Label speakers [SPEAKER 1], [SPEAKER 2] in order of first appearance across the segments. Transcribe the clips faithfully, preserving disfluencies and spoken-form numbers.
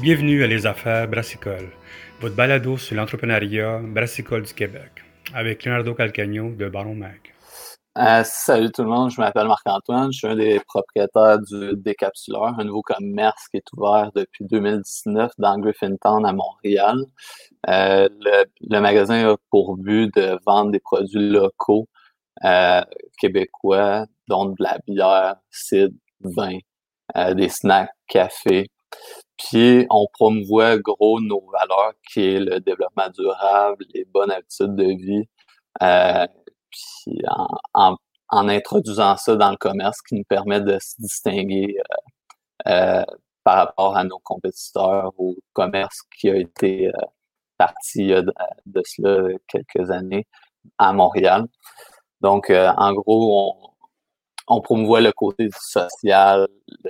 [SPEAKER 1] Bienvenue à Les Affaires Brassicole, votre balado sur l'entrepreneuriat brassicole du Québec, avec Leonardo Calcagno de Baron Mag.
[SPEAKER 2] Euh, salut tout le monde, je m'appelle Marc-Antoine, je suis un des propriétaires du Décapsuleur, un nouveau commerce qui est ouvert depuis deux mille dix-neuf dans Griffintown à Montréal. Euh, le, le magasin a pour but de vendre des produits locaux euh, québécois, dont de la bière, cidre, vin, euh, des snacks, café. Puis on promouvoit gros nos valeurs qui est le développement durable, les bonnes habitudes de vie. Euh, puis en, en, en introduisant ça dans le commerce qui nous permet de se distinguer euh, euh, par rapport à nos compétiteurs au commerce qui a été euh, parti il y a de, de cela quelques années à Montréal. Donc, euh, en gros, on, on promouvoit le côté social,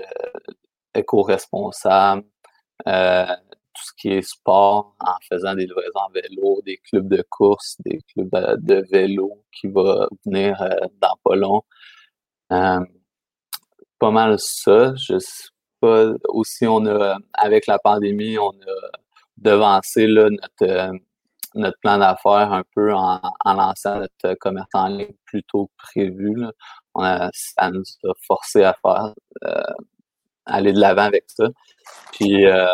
[SPEAKER 2] éco-responsable, euh, tout ce qui est sport en faisant des livraisons en vélo, des clubs de course, des clubs de, de vélo qui va venir euh, dans pas long. Euh, pas mal ça. Je sais pas. Aussi, on a, avec la pandémie, on a devancé là, notre, euh, notre plan d'affaires un peu en, en lançant notre commerce en ligne plus tôt que prévu. Là. On a, ça nous a forcé à faire euh, aller de l'avant avec ça. Puis euh,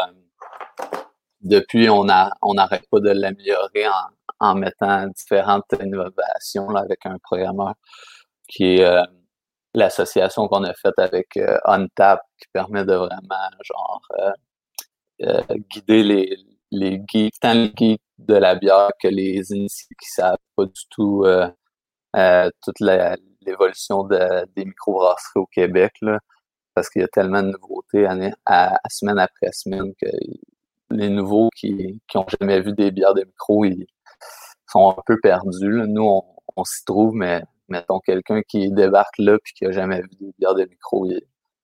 [SPEAKER 2] depuis, on a on n'arrête pas de l'améliorer en, en mettant différentes innovations là, avec un programmeur qui est euh, l'association qu'on a faite avec euh, OnTap qui permet de vraiment genre euh, euh, guider les, les geeks, tant les geeks de la bière que les initiés qui savent pas du tout euh, euh, toute la, l'évolution de, des microbrasseries au Québec, là, parce qu'il y a tellement de nouveautés année, à, à semaine après semaine que les nouveaux qui qui ont jamais vu des bières de micro, ils sont un peu perdus. Là. Nous, on, on s'y trouve, mais mettons quelqu'un qui débarque là puis qui a jamais vu des bières de micro, il,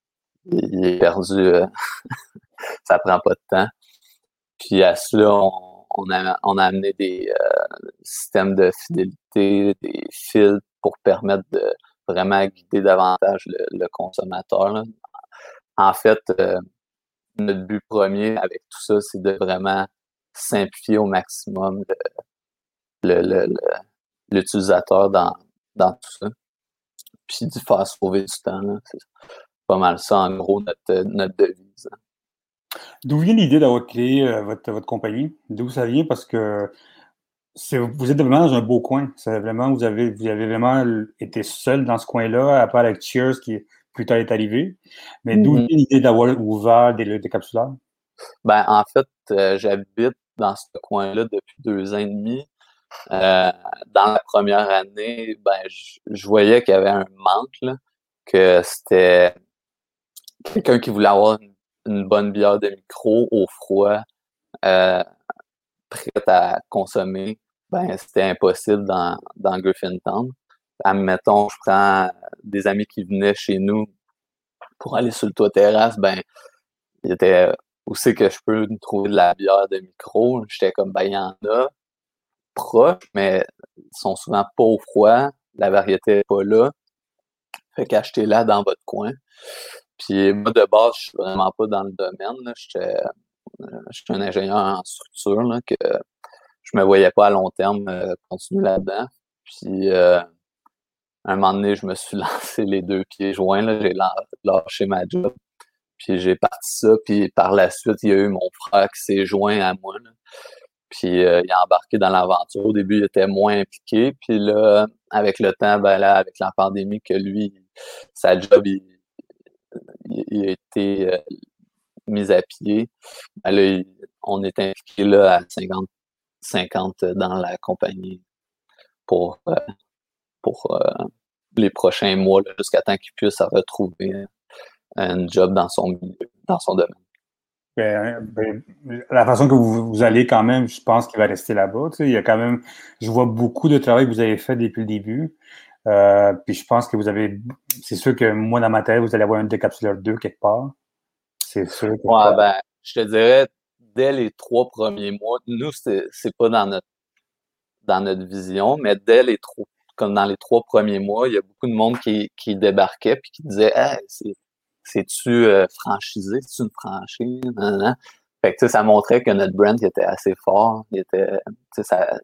[SPEAKER 2] il est perdu. Euh, ça prend pas de temps. Puis à cela, on, on, a, on a amené des euh, systèmes de fidélité, des filtres pour permettre de vraiment guider davantage le, le consommateur. Là. En fait, euh, notre but premier avec tout ça, c'est de vraiment simplifier au maximum le, le, le, l'utilisateur dans, dans tout ça. Puis de faire sauver du temps. Là. C'est pas mal ça, en gros, notre, notre devise.
[SPEAKER 1] D'où vient l'idée d'avoir créé euh, votre, votre compagnie? D'où ça vient? Parce que c'est, vous êtes vraiment dans un beau coin. C'est vraiment, vous avez, vous avez vraiment été seul dans ce coin-là, à part avec Cheers qui plus tard est arrivé. Mais d'où
[SPEAKER 2] Mm-hmm.
[SPEAKER 1] vient l'idée d'avoir ouvert des décapsuleurs?
[SPEAKER 2] Ben, en fait, euh, j'habite dans ce coin-là depuis deux ans et demi. Euh, dans la première année, ben, je voyais qu'il y avait un manque, là, que c'était quelqu'un qui voulait avoir une, une bonne bière de micro au froid, euh, prête à consommer. Ben, c'était impossible dans, dans Griffintown. Admettons, je prends des amis qui venaient chez nous pour aller sur le toit terrasse, ben, il était où c'est que je peux trouver de la bière de micro? J'étais comme, ben, il y en a proches, mais ils sont souvent pas au froid. La variété est pas là. Fait qu'achetez-la dans votre coin. Puis moi, de base, je suis vraiment pas dans le domaine. Là. J'étais, euh, je suis un ingénieur en structure, là, que je me voyais pas à long terme euh, continuer là-dedans. Puis euh, un moment donné, je me suis lancé les deux pieds joints. Là. J'ai lâché ma job. Puis j'ai parti ça. Puis par la suite, il y a eu mon frère qui s'est joint à moi. Là. Puis euh, il a embarqué dans l'aventure. Au début, il était moins impliqué. Puis là, avec le temps, ben là, avec la pandémie, que lui, sa job, il, il, il a été euh, mis à pied. Ben là, il, on est impliqué là, à cinquante cinquante dans la compagnie pour, euh, pour euh, les prochains mois, là, jusqu'à temps qu'il puisse retrouver un job dans son milieu, dans son domaine.
[SPEAKER 1] Ben, ben, la façon que vous, vous allez quand même, je pense qu'il va rester là-bas. Tu sais, il y a quand même, je vois beaucoup de travail que vous avez fait depuis le début. Euh, puis je pense que vous avez, c'est sûr que moi, dans ma tête, vous allez avoir un décapsuleur deux quelque part. C'est sûr quelque
[SPEAKER 2] Ouais,
[SPEAKER 1] part.
[SPEAKER 2] ben, je te dirais, dès les trois premiers mois, nous, c'est, c'est pas dans notre, dans notre vision, mais dès les trois, comme dans les trois premiers mois, il y a beaucoup de monde qui, qui débarquait puis qui disait, hey, c'est, c'est-tu euh, franchisé? C'est-tu une franchise? Nan, nan. Fait que, tu sais, ça montrait que notre brand était assez fort. Il était, tu sais, ça,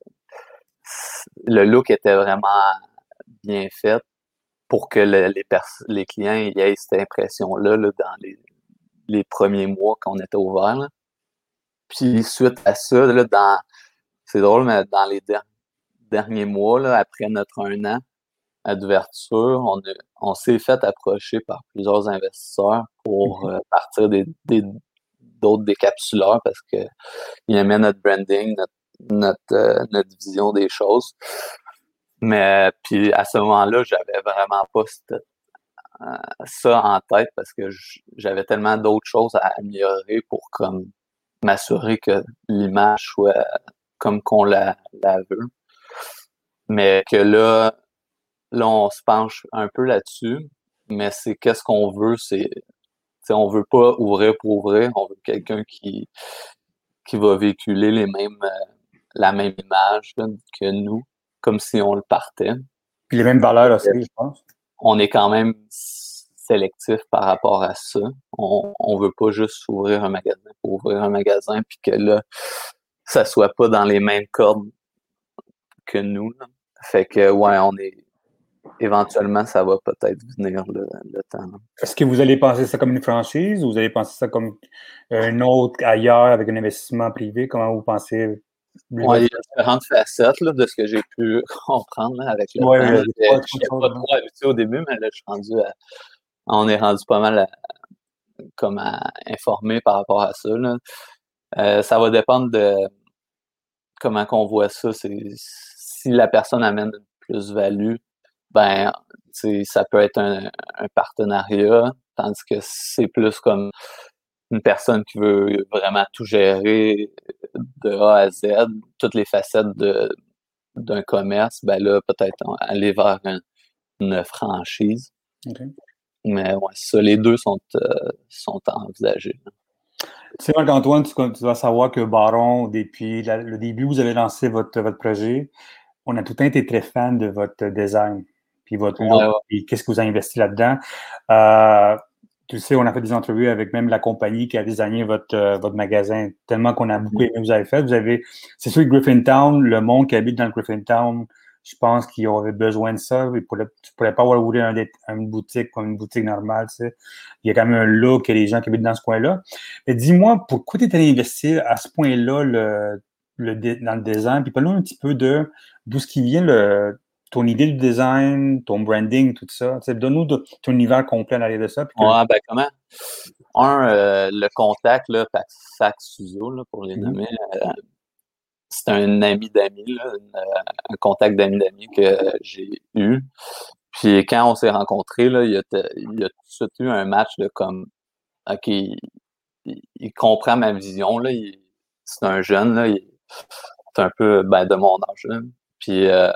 [SPEAKER 2] le look était vraiment bien fait pour que le, les, pers- les clients aient cette impression-là là, dans les, les premiers mois qu'on était ouvert. Là. Puis suite à ça, là, dans, c'est drôle, mais dans les der- derniers mois, là, après notre un an d'ouverture, on, a- on s'est fait approcher par plusieurs investisseurs pour euh, partir des, des, d'autres décapsuleurs parce que ils aimaient notre branding, notre, notre, euh, notre vision des choses. Mais puis à ce moment-là, j'avais vraiment pas cette, euh, ça en tête parce que j'avais tellement d'autres choses à améliorer pour comme m'assurer que l'image soit comme qu'on la, la veut. Mais que là, là, on se penche un peu là-dessus, mais c'est qu'est-ce qu'on veut, c'est t'sais, on veut pas ouvrir pour ouvrir, on veut quelqu'un qui qui va véhiculer les mêmes euh, la même image là, que nous, comme si on le partait.
[SPEAKER 1] Puis les mêmes valeurs aussi, je pense.
[SPEAKER 2] On est quand même sélectif par rapport à ça. On, on veut pas juste ouvrir un magasin pour ouvrir un magasin, puis que là, ça soit pas dans les mêmes cordes que nous. Là. Fait que, ouais, on est... Éventuellement, ça va peut-être venir le, le temps. Là.
[SPEAKER 1] Est-ce que vous allez penser ça comme une franchise ou vous allez penser ça comme un autre ailleurs avec un investissement privé? Comment vous pensez?
[SPEAKER 2] Ouais, il y a différentes facettes là, de ce que j'ai pu comprendre là, avec le
[SPEAKER 1] ouais,
[SPEAKER 2] temps.
[SPEAKER 1] Ouais,
[SPEAKER 2] Je n'étais pas trop habitué au début, mais là, je suis rendu à... On est rendu pas mal à... comme à informer par rapport à ça. Là. Euh, ça va dépendre de comment qu'on voit ça. C'est si la personne amène une plus-value, ben ça peut être un, un partenariat, tandis que c'est plus comme une personne qui veut vraiment tout gérer de A à Z, toutes les facettes de d'un commerce, ben là, peut-être aller vers un, une franchise.
[SPEAKER 1] Okay.
[SPEAKER 2] Mais ouais, ça, les deux sont, euh, sont envisagés.
[SPEAKER 1] Tu sais, Marc-Antoine, tu, tu dois savoir que Baron, depuis la, le début, vous avez lancé votre, votre projet. On a tout le temps été très fan de votre design, puis votre look, ouais, ouais. Puis qu'est-ce que vous avez investi là-dedans. Euh, tu sais, on a fait des entrevues avec même la compagnie qui a designé votre, euh, votre magasin, tellement qu'on a beaucoup aimé ce que vous avez fait. Vous avez, c'est sûr que Griffintown, le monde qui habite dans le Griffintown, je pense qu'ils auraient besoin de ça. Ils pourraient, tu ne pourrais pas avoir ouvert un, une boutique comme une boutique normale. Tu sais. Il y a quand même un look et les gens qui habitent dans ce coin-là. Mais dis-moi, pourquoi tu es allé investir à ce point-là le, le, dans le design? Puis parle-nous un petit peu de d'où ce qui vient le, ton idée du design, ton branding, tout ça. Tu sais, donne-nous de, ton univers complet à l'arrière de ça. Puis que...
[SPEAKER 2] Ouais, ben comment? Un, euh, le contact, là, Sac Suzo, là, pour les mm-hmm. nommer, euh, c'est un ami d'amis, là, une, un contact d'ami d'amis que j'ai eu. Puis quand on s'est rencontrés, là, il y a, il y a tout de suite eu un match de comme OK, il, il comprend ma vision, là. Il, c'est un jeune, là, il, c'est un peu ben, de mon âge. Là. Puis euh,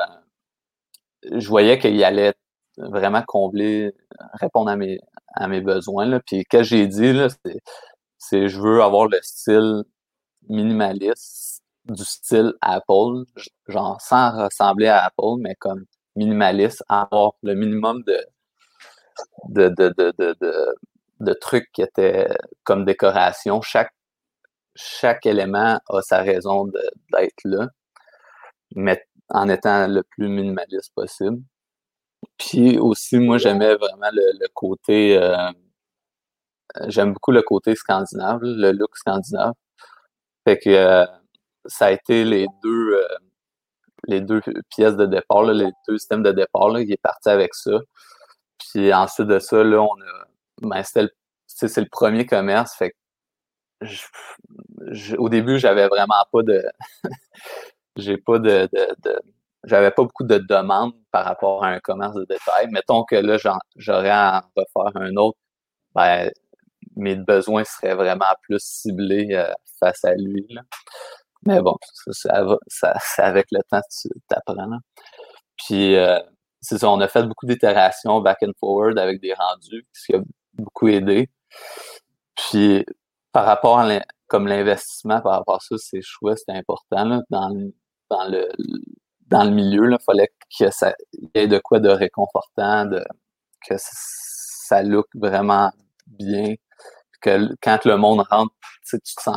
[SPEAKER 2] je voyais qu'il allait vraiment combler, répondre à mes, à mes besoins. Là. Puis ce que j'ai dit, là, c'est, c'est je veux avoir le style minimaliste du style Apple, genre sans ressembler à Apple, mais comme minimaliste, avoir le minimum de de, de, de, de, de, de trucs qui étaient comme décoration. Chaque, chaque élément a sa raison de, d'être là, mais en étant le plus minimaliste possible. Puis aussi, moi, j'aimais vraiment le, le côté... Euh, j'aime beaucoup le côté scandinave, le look scandinave. Fait que euh, ça a été les deux... Euh, les deux pièces de départ, là, les deux systèmes de départ, là, il est parti avec ça. Puis ensuite de ça, là, on a. Ben, c'était le, c'est le premier commerce. Fait que je, je, au début, j'avais vraiment pas de. j'ai pas de. de, de j'avais pas beaucoup de demandes par rapport à un commerce de détail. Mettons que là, j'aurais à en refaire un autre. Ben, mes besoins seraient vraiment plus ciblés euh, face à lui. Là. Mais bon, ça, ça, va, ça, c'est avec le temps tu t'apprends. Là. Puis, euh, c'est ça, on a fait beaucoup d'itérations back and forward avec des rendus, ce qui a beaucoup aidé. Puis, par rapport à comme l'investissement, par rapport à ça, c'est chouette, c'était important. Là, dans, le, dans, le, dans le milieu, il fallait que ça y ait de quoi de réconfortant, de, que ça look vraiment bien. Que quand le monde rentre, tu te sens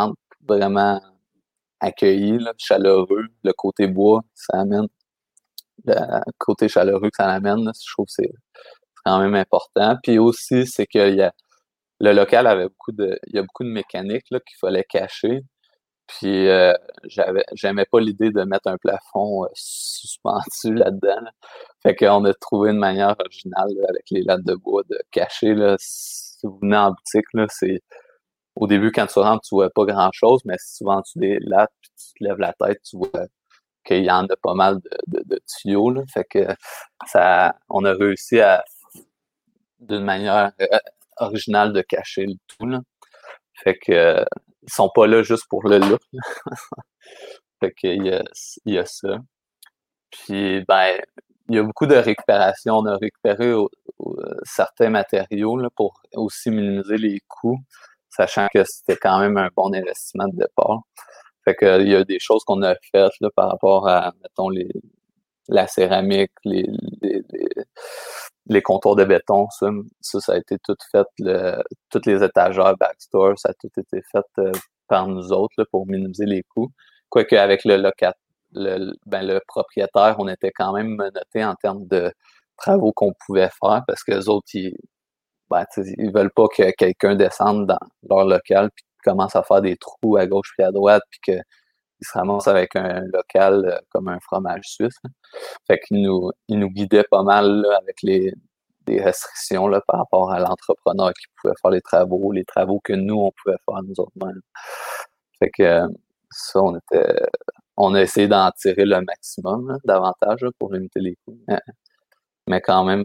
[SPEAKER 2] vraiment accueilli, là, chaleureux. Le côté bois, ça amène, le côté chaleureux que ça amène, là, je trouve que c'est quand même important. Puis aussi, c'est que y a, le local avait beaucoup de, il y a beaucoup de mécanique là, qu'il fallait cacher. Puis euh, j'avais, j'aimais pas l'idée de mettre un plafond euh, suspendu là-dedans. Là. Fait qu'on a trouvé une manière originale là, avec les lattes de bois de cacher. Là, si vous venez en boutique, là, c'est au début quand tu rentres, tu vois pas grand-chose, mais si tu vas en dessous des lattes puis tu te lèves la tête, tu vois qu'il y en a pas mal de, de, de tuyaux. Là. Fait que ça, on a réussi à d'une manière euh, originale de cacher le tout. Là. Fait que euh, ils sont pas là juste pour le look. Fait qu'il y a, il y a ça. Puis, ben, il y a beaucoup de récupération. On a récupéré au, au, certains matériaux là, pour aussi minimiser les coûts, sachant que c'était quand même un bon investissement de départ. Fait que il y a des choses qu'on a faites là, par rapport à, mettons, les, la céramique, les, les, les, les contours de béton. Ça, ça, ça a été tout fait. Le, toutes les étagères backstore, ça a tout été fait euh, par nous autres là, pour minimiser les coûts. Quoique avec le locataire, le, ben, le propriétaire, on était quand même menotté en termes de travaux qu'on pouvait faire parce que les autres, ils, ben, ils veulent pas que quelqu'un descende dans leur local puis commence à faire des trous à gauche puis à droite puis qu'ils se ramassent avec un local euh, comme un fromage suisse. Hein. Fait qu'ils nous, ils nous guidaient pas mal là, avec les, les restrictions là, par rapport à l'entrepreneur qui pouvait faire les travaux, les travaux que nous, on pouvait faire nous autres mêmes. Fait que euh, ça, on était on a essayé d'en tirer le maximum là, davantage là, pour limiter les coûts. Mais, mais quand même,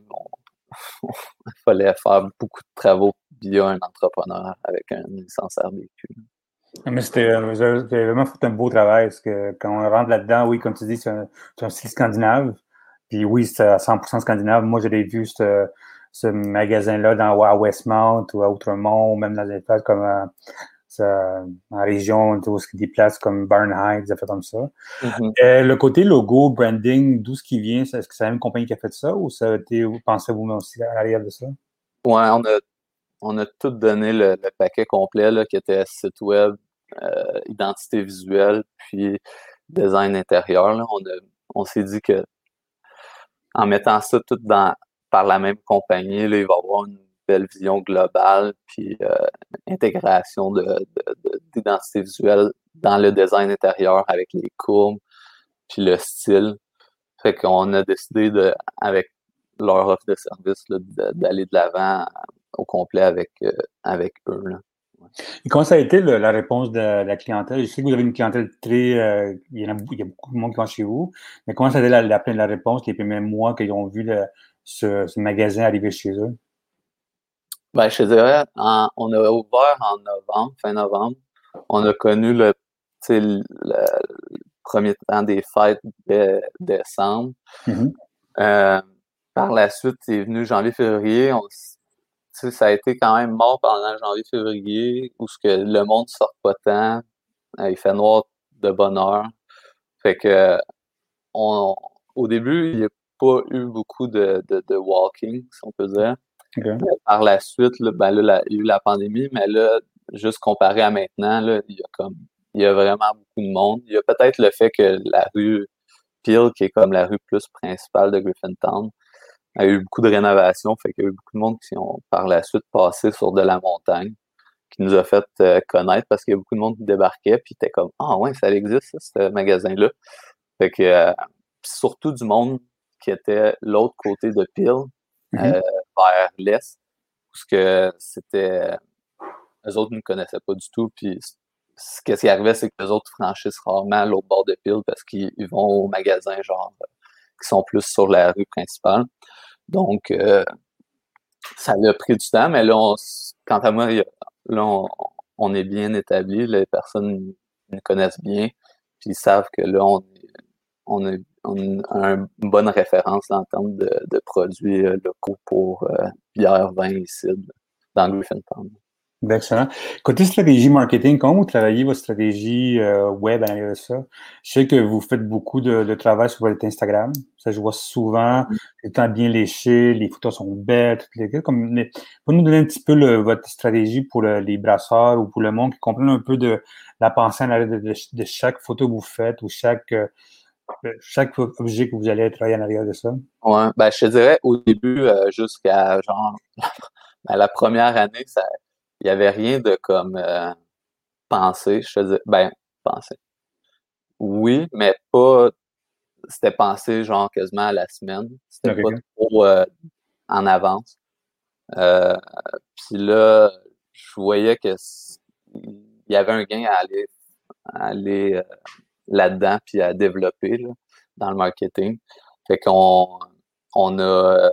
[SPEAKER 2] il fallait faire beaucoup de travaux via un entrepreneur avec une licence R B Q.
[SPEAKER 1] Mais c'était vous avez vraiment fait un beau travail, parce que quand on rentre là-dedans, oui, comme tu dis, c'est un, c'est un style scandinave. Puis oui, c'est à cent pour cent scandinave. Moi, j'avais vu ce, ce magasin-là dans, à Westmount ou à Outremont, ou même dans des places comme euh, ça, en région, où il y a des places comme Barnhide, des affaires comme ça. Mm-hmm. Euh, le côté logo, branding, d'où ce qui vient, est-ce que c'est la même compagnie qui a fait ça ou ça a été, vous pensez vous-même aussi à l'arrière de ça?
[SPEAKER 2] Ouais, on a, on a tout donné le, le paquet complet là, qui était site web, euh, identité visuelle, puis design intérieur. Là. On, a, on s'est dit que en mettant ça tout dans par la même compagnie, là, il va y avoir une belle vision globale, puis euh, intégration de, de, de, d'identité visuelle dans le design intérieur avec les courbes, puis le style. Fait qu'on a décidé de, avec leur offre de service, là, d'aller de l'avant au complet avec, euh, avec eux. Là.
[SPEAKER 1] Et comment ça a été le, la réponse de la clientèle? Je sais que vous avez une clientèle très... Euh, il, y en a, il y a beaucoup de monde qui vient chez vous, mais comment ça a été la, la, la réponse les premiers mois qu'ils ont vu le, ce, ce magasin arriver chez eux?
[SPEAKER 2] Ben, je te dirais, en, on a ouvert en novembre, fin novembre. On a connu le, le, le premier temps des fêtes de décembre. Mm-hmm. Euh, par la suite, c'est venu janvier-février. On, ça a été quand même mort pendant janvier-février, où ce que le monde sort pas tant. Il fait noir de bonne heure. Fait que on, au début, il n'y a pas eu beaucoup de, de, de walking, si on peut dire. Okay. Mais par la suite, là, ben là, la, il y a eu la pandémie, mais là, juste comparé à maintenant, là, il y a comme il y a vraiment beaucoup de monde. Il y a peut-être le fait que la rue Peel, qui est comme la rue plus principale de Griffintown, a eu beaucoup de rénovations, fait qu'il y a eu beaucoup de monde qui ont par la suite passé sur de la montagne, qui nous a fait euh, connaître parce qu'il y a beaucoup de monde qui débarquait, puis était comme « Ah ouais, ça existe, ça, ce magasin-là ». Fait que euh, surtout du monde qui était l'autre côté de Peel, mm-hmm. euh, vers l'est, parce que c'était... Eux autres ne connaissaient pas du tout, puis ce qui arrivait, c'est que les autres franchissent rarement l'autre bord de Peel parce qu'ils vont au magasin, genre, qui sont plus sur la rue principale. Donc, euh, ça a pris du temps, mais là, on, quant à moi, là, on, on est bien établi, les personnes nous connaissent bien, puis ils savent que là, on est, on est, on a une bonne référence en termes de, de produits locaux pour euh, bière, vin et cidre dans Griffintown.
[SPEAKER 1] Ben, excellent. Côté stratégie marketing, comment vous travaillez votre stratégie euh, web à l'arrière de ça? Je sais que vous faites beaucoup de, de travail sur votre Instagram. Ça, je vois souvent. C'est temps bien léché, les photos sont belles, toutes les comme mais vous nous donner un petit peu le, votre stratégie pour le- les brasseurs ou pour le monde qui comprenne un peu de la pensée en arrière de, de, de chaque photo que vous faites ou chaque euh, chaque objet que vous allez travailler en arrière de ça?
[SPEAKER 2] Ouais, ben, je te dirais, au début, euh, jusqu'à genre ben, la première année, ça, il y avait rien de comme euh, pensé. Je te dis, ben, pensé. Oui, mais pas, c'était pensé genre quasiment à la semaine. C'était pas
[SPEAKER 1] OK.
[SPEAKER 2] trop euh, en avance. Euh, Puis là, je voyais que c- il y avait un gain à aller, à aller euh, là-dedans puis à développer là, dans le marketing. Fait qu'on on a euh,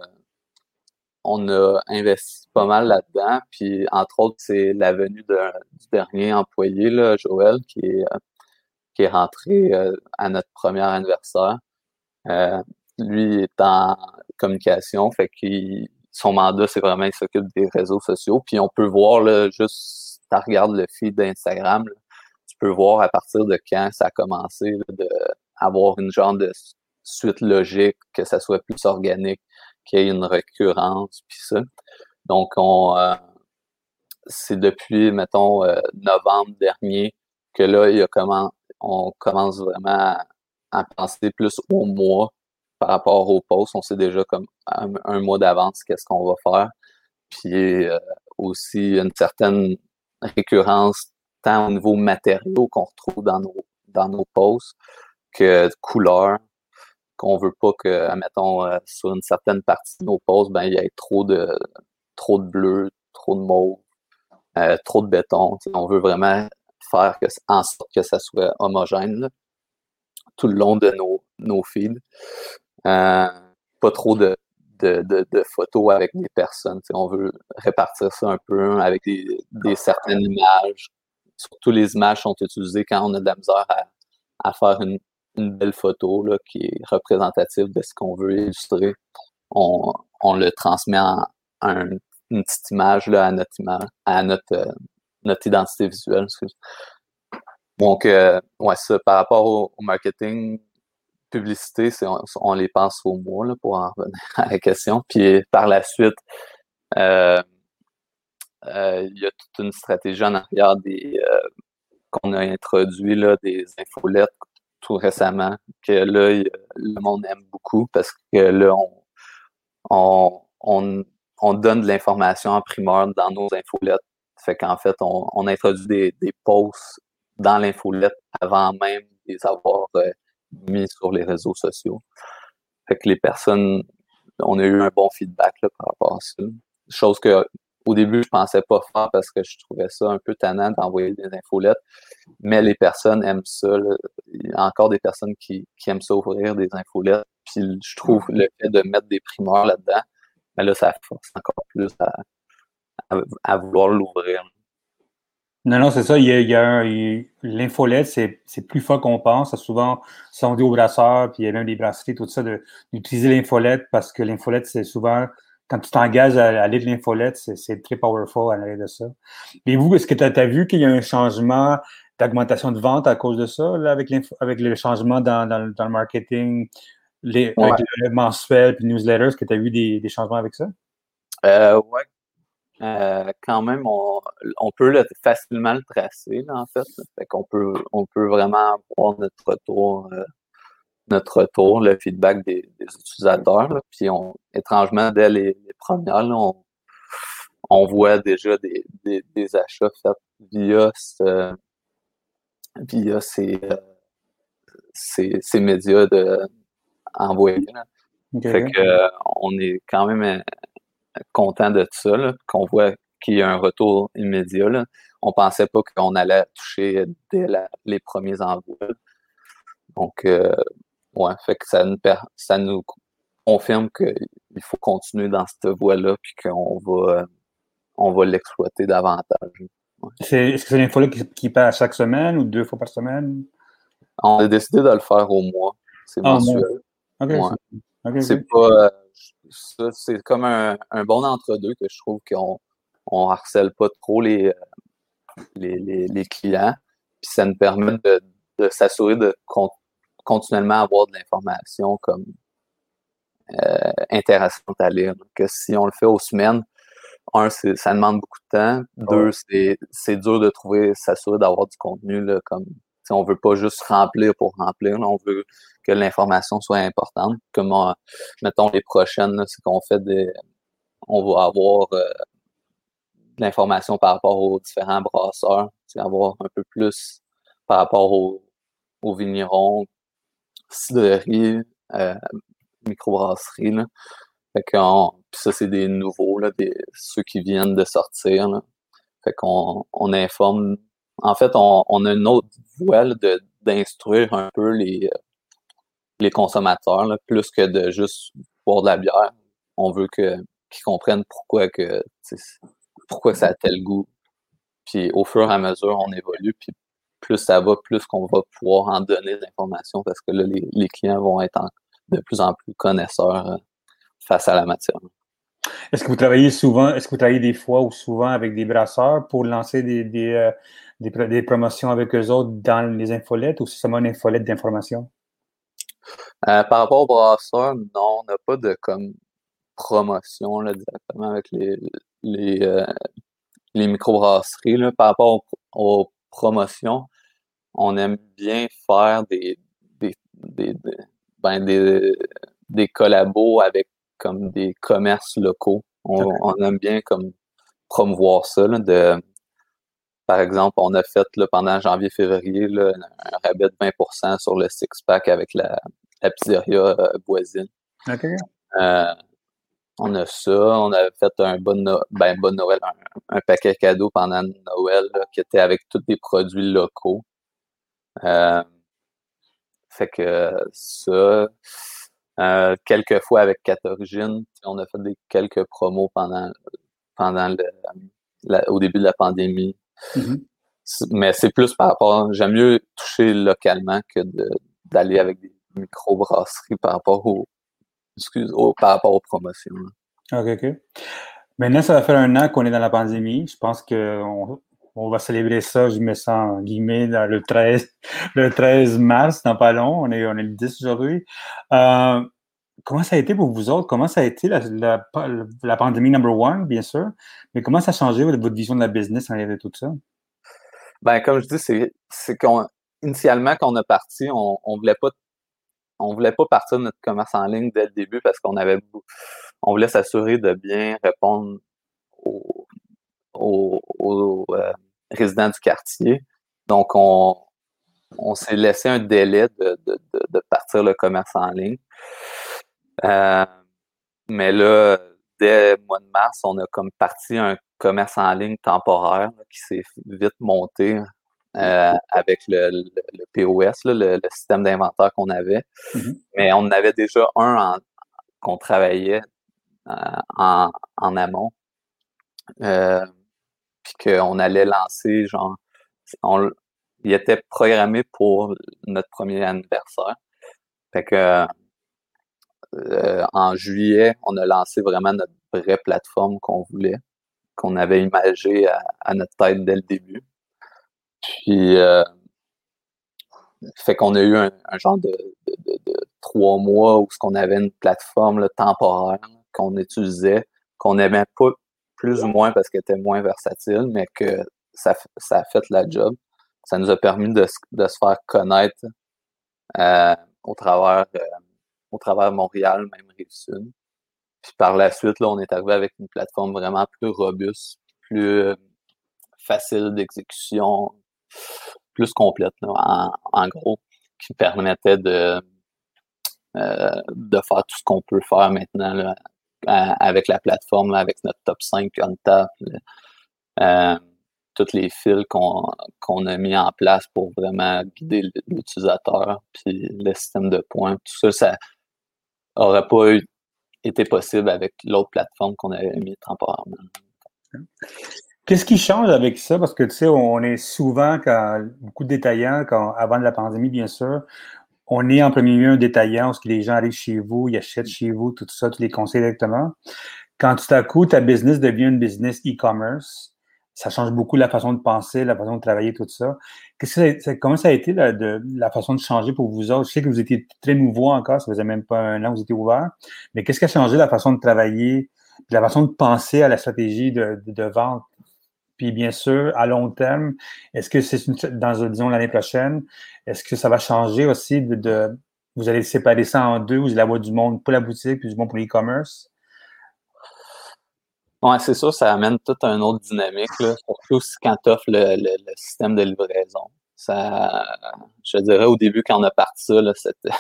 [SPEAKER 2] on a investi pas mal là-dedans. Puis entre autres, c'est la venue de- du dernier employé, là, Joël, qui est euh, qui est rentré euh, à notre premier anniversaire. Euh, Lui est en communication, fait qu'il son mandat, c'est vraiment, il s'occupe des réseaux sociaux. Puis on peut voir, là, juste, si tu regardes le feed d'Instagram, là, tu peux voir à partir de quand ça a commencé, là, de avoir une genre de suite logique, que ça soit plus organique, qu'il y ait une récurrence, puis ça. Donc, on, euh, c'est depuis, mettons, euh, novembre dernier que là, il y a comment, on commence vraiment à, à penser plus au mois par rapport au post. On sait déjà comme un, un mois d'avance qu'est-ce qu'on va faire. Puis euh, aussi une certaine récurrence tant au niveau matériaux qu'on retrouve dans nos, dans nos posts que de couleurs, qu'on veut pas que, admettons, euh, sur une certaine partie de nos posts, ben, il y ait trop de trop de bleu, trop de mauve, euh, trop de béton. T'sais, on veut vraiment faire que, en sorte que ça soit homogène là, tout le long de nos, nos feeds. Euh, Pas trop de, de, de, de photos avec des personnes. T'sais, on veut répartir ça un peu avec des, des certaines images. Surtout les images sont utilisées quand on a de la misère à, à faire une, une belle photo là, qui est représentative de ce qu'on veut illustrer. On, on le transmet en un, une petite image là, à notre image, à notre, euh, notre identité visuelle. Excuse. Donc, euh, ouais, ça, par rapport au, au marketing, publicité, c'est, on, on les pense au mois là, pour en revenir à la question. Puis par la suite, euh, euh, il y a toute une stratégie en arrière des euh, qu'on a introduit là, des infolettes tout récemment, que là, il, le monde aime beaucoup parce que là, on, on, on, on donne de l'information en primeur dans nos infolettes. Fait qu'en fait, on, on introduit des, des posts dans l'infolette avant même de les avoir euh, mis sur les réseaux sociaux. Fait que les personnes, on a eu un bon feedback là, par rapport à ça. Chose que au début, je pensais pas faire parce que je trouvais ça un peu tannant d'envoyer des infolettes. Mais les personnes aiment ça. Là. Il y a encore des personnes qui, qui aiment ça ouvrir des infolettes. Puis je trouve le fait de mettre des primeurs là-dedans, mais là, ça force encore plus à, à, à vouloir l'ouvrir.
[SPEAKER 1] Non, non, c'est ça. Il y a, il y a un- il- l'infolette, c'est, c'est plus fort qu'on pense. Ça, souvent, ça, on dit aux brasseurs, puis il y a même des brasseries, tout ça, de, d'utiliser l'infolette parce que l'infolette, c'est souvent, quand tu t'engages à, à lire l'infolette, c'est, c'est très powerful à l'arrière de ça. Et vous, est-ce que tu as vu qu'il y a un changement d'augmentation de vente à cause de ça, là, avec, l'info, avec le changement dans, dans, dans le marketing, les,
[SPEAKER 2] Ouais.
[SPEAKER 1] avec le mensuel puis newsletter? Est-ce que tu as vu des, des changements avec ça?
[SPEAKER 2] Euh, ouais. Euh, quand même, on, on peut le, facilement le tracer, là, en fait. Fait qu'on peut, on peut vraiment voir notre retour, euh, notre retour, le feedback des, des utilisateurs. Là. Puis on, étrangement, dès les, les premières, là, on, on voit déjà des, des, des achats faits via ce, via ces, euh, ces, ces médias de envoyés. Là.
[SPEAKER 1] OK,
[SPEAKER 2] Fait
[SPEAKER 1] OK.
[SPEAKER 2] que euh, on est quand même euh, content de ça, là, qu'on voit qu'il y a un retour immédiat. Là. On pensait pas qu'on allait toucher dès la, les premiers envois. Donc, euh, ouais, fait que ça nous, per, ça nous confirme qu'il faut continuer dans cette voie-là, puis qu'on va, euh, on va l'exploiter davantage. Ouais.
[SPEAKER 1] C'est, est-ce que c'est l'infolette qui, qui passe chaque semaine ou deux fois par semaine?
[SPEAKER 2] On a décidé de le faire au mois. C'est
[SPEAKER 1] Ah, bon.
[SPEAKER 2] mensuel.
[SPEAKER 1] OK,
[SPEAKER 2] Ouais.
[SPEAKER 1] c'est, OK,
[SPEAKER 2] C'est
[SPEAKER 1] OK.
[SPEAKER 2] pas, euh, ça, c'est comme un, un bon entre-deux que je trouve qu'on on harcèle pas trop les, les, les, les clients. Puis ça nous permet de, de s'assurer de con- continuellement avoir de l'information comme euh, intéressante à lire. Donc, si on le fait aux semaines, un, c'est, ça demande beaucoup de temps. Deux,
[SPEAKER 1] Ouais.
[SPEAKER 2] c'est, c'est dur de trouver, s'assurer d'avoir du contenu, là, comme, on veut pas juste remplir pour remplir, là, on veut que l'information soit importante. Comme, euh, mettons, les prochaines, là, c'est qu'on fait des, on va avoir euh, de l'information par rapport aux différents brasseurs, avoir un peu plus par rapport aux, aux vignerons, cidreries, euh, microbrasseries, là. Fait qu'on, puis ça, c'est des nouveaux, là, des, ceux qui viennent de sortir, là. Fait qu'on on informe. En fait, on, on a une autre voie là, de, d'instruire un peu les, les consommateurs, là, plus que de juste boire de la bière. On veut que, qu'ils comprennent pourquoi que pourquoi ça a tel goût. Puis au fur et à mesure, on évolue, puis plus ça va, plus qu'on va pouvoir en donner de l'information parce que là, les, les clients vont être en, de plus en plus connaisseurs euh, face à la matière.
[SPEAKER 1] Est-ce que vous travaillez souvent, est-ce que vous travaillez des fois ou souvent avec des brasseurs pour lancer des, des, euh, des, des promotions avec eux autres dans les infolettes ou c'est seulement une infolette d'information?
[SPEAKER 2] Euh, par rapport aux brasseurs, non, on n'a pas de comme promotion là, directement avec les, les, euh, les microbrasseries. Là. Par rapport aux, aux promotions, on aime bien faire des, des, des, des, ben des, des collabos avec comme des commerces locaux. On,
[SPEAKER 1] Okay.
[SPEAKER 2] on aime bien comme promouvoir ça. Là, de, par exemple, on a fait là, pendant janvier-février là, un rabais de vingt pour cent sur le six-pack avec la, la pizzeria euh, voisine.
[SPEAKER 1] Okay.
[SPEAKER 2] Euh, on a ça. On a fait un bon, no- ben, bon Noël, un, un paquet cadeau pendant Noël là, qui était avec tous des produits locaux. Euh, fait que ça, euh, quelques fois avec Catorigine, on a fait des quelques promos pendant pendant le, la, au début de la pandémie.
[SPEAKER 1] Mm-hmm.
[SPEAKER 2] Mais c'est plus par rapport, j'aime mieux toucher localement que de, d'aller avec des micro-brasseries par rapport aux, excuse, au, par rapport aux promotions.
[SPEAKER 1] OK, OK. Maintenant, ça va faire un an qu'on est dans la pandémie. Je pense qu'on on va célébrer ça, je mets ça en guillemets, dans le treize, le treize mars, dans pas long. On est, on est le dix aujourd'hui. Euh, comment ça a été pour vous autres? Comment ça a été la, la, la pandémie number one, bien sûr, mais comment ça a changé votre vision de la business en arrière de tout ça?
[SPEAKER 2] Ben, comme je dis, c'est, c'est qu'on, initialement, quand on a parti, on, on voulait pas, on voulait pas partir de notre commerce en ligne dès le début parce qu'on avait, on voulait s'assurer de bien répondre aux, aux, aux euh, résidents du quartier. Donc, on, on s'est laissé un délai de, de, de, de partir le commerce en ligne. Euh, mais là, dès le mois de mars, on a comme parti un commerce en ligne temporaire là, qui s'est vite monté euh, avec le, le, le P O S, là, le, le système d'inventaire qu'on avait.
[SPEAKER 1] Mm-hmm.
[SPEAKER 2] Mais on en avait déjà un en, qu'on travaillait euh, en, en amont. Euh, puis qu'on allait lancer, genre, on, il était programmé pour notre premier anniversaire. Fait que euh, en juillet, on a lancé vraiment notre vraie plateforme qu'on voulait, qu'on avait imagée à, à notre tête dès le début. Puis, euh, fait qu'on a eu un, un genre de, de, de, de trois mois où ce qu'on avait une plateforme là, temporaire là, qu'on utilisait, qu'on n'aimait pas plus ou moins parce qu'elle était moins versatile, mais que ça, ça a fait la job. Ça nous a permis de, de se faire connaître euh, au travers euh, au travers Montréal, même Rive-Sud. Puis par la suite, là, on est arrivé avec une plateforme vraiment plus robuste, plus euh, facile d'exécution, plus complète, là, en, en gros, qui permettait de, euh, de faire tout ce qu'on peut faire maintenant là, à, avec la plateforme, là, avec notre top cinq on tap, euh, tous les fils qu'on qu'on a mis en place pour vraiment guider l'utilisateur, puis le système de points, tout ça, ça aurait pas eu, été possible avec l'autre plateforme qu'on avait mis temporairement.
[SPEAKER 1] Qu'est-ce qui change avec ça? Parce que, tu sais, on est souvent, quand, beaucoup de détaillants, quand, avant la pandémie, bien sûr, on est en premier lieu un détaillant, parce que les gens arrivent chez vous, ils achètent chez vous, tout ça, tous les conseils directement. quand tout à coup, ta business devient une business e-commerce, ça change beaucoup la façon de penser, la façon de travailler, tout ça. Qu'est-ce que ça, comment ça a été la, de, la façon de changer pour vous autres? Je sais que vous étiez très nouveau encore, ça faisait même pas un an que vous étiez ouvert, mais qu'est-ce qui a changé la façon de travailler, la façon de penser à la stratégie de, de, de vente? Puis bien sûr, à long terme, est-ce que c'est une, dans, disons, l'année prochaine, est-ce que ça va changer aussi de, de vous allez séparer ça en deux, vous allez avoir du monde pour la boutique puis du monde pour l'e-commerce?
[SPEAKER 2] Ouais, c'est sûr, ça amène toute une autre dynamique, là, surtout quand tu offres le, le, le système de livraison. Ça, je dirais au début, quand on a parti ça, là, c'était,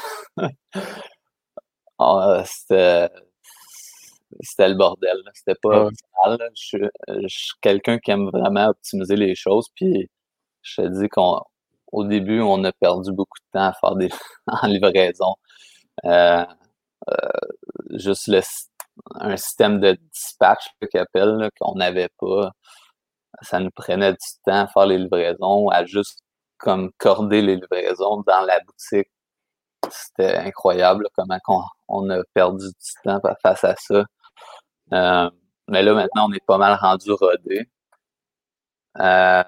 [SPEAKER 2] ah, c'était, c'était le bordel. Là. C'était pas
[SPEAKER 1] Ouais.
[SPEAKER 2] optimal. Là. Je, je suis quelqu'un qui aime vraiment optimiser les choses. Puis je te dis qu'au début, on a perdu beaucoup de temps à faire des en livraison. Euh, euh, juste le, un système de dispatch qu'ils appellent, là, qu'on n'avait pas. Ça nous prenait du temps à faire les livraisons, à juste comme corder les livraisons dans la boutique. C'était incroyable là, comment on, on a perdu du temps face à ça. Euh, mais là, maintenant, on est pas mal rendu rodé. Euh,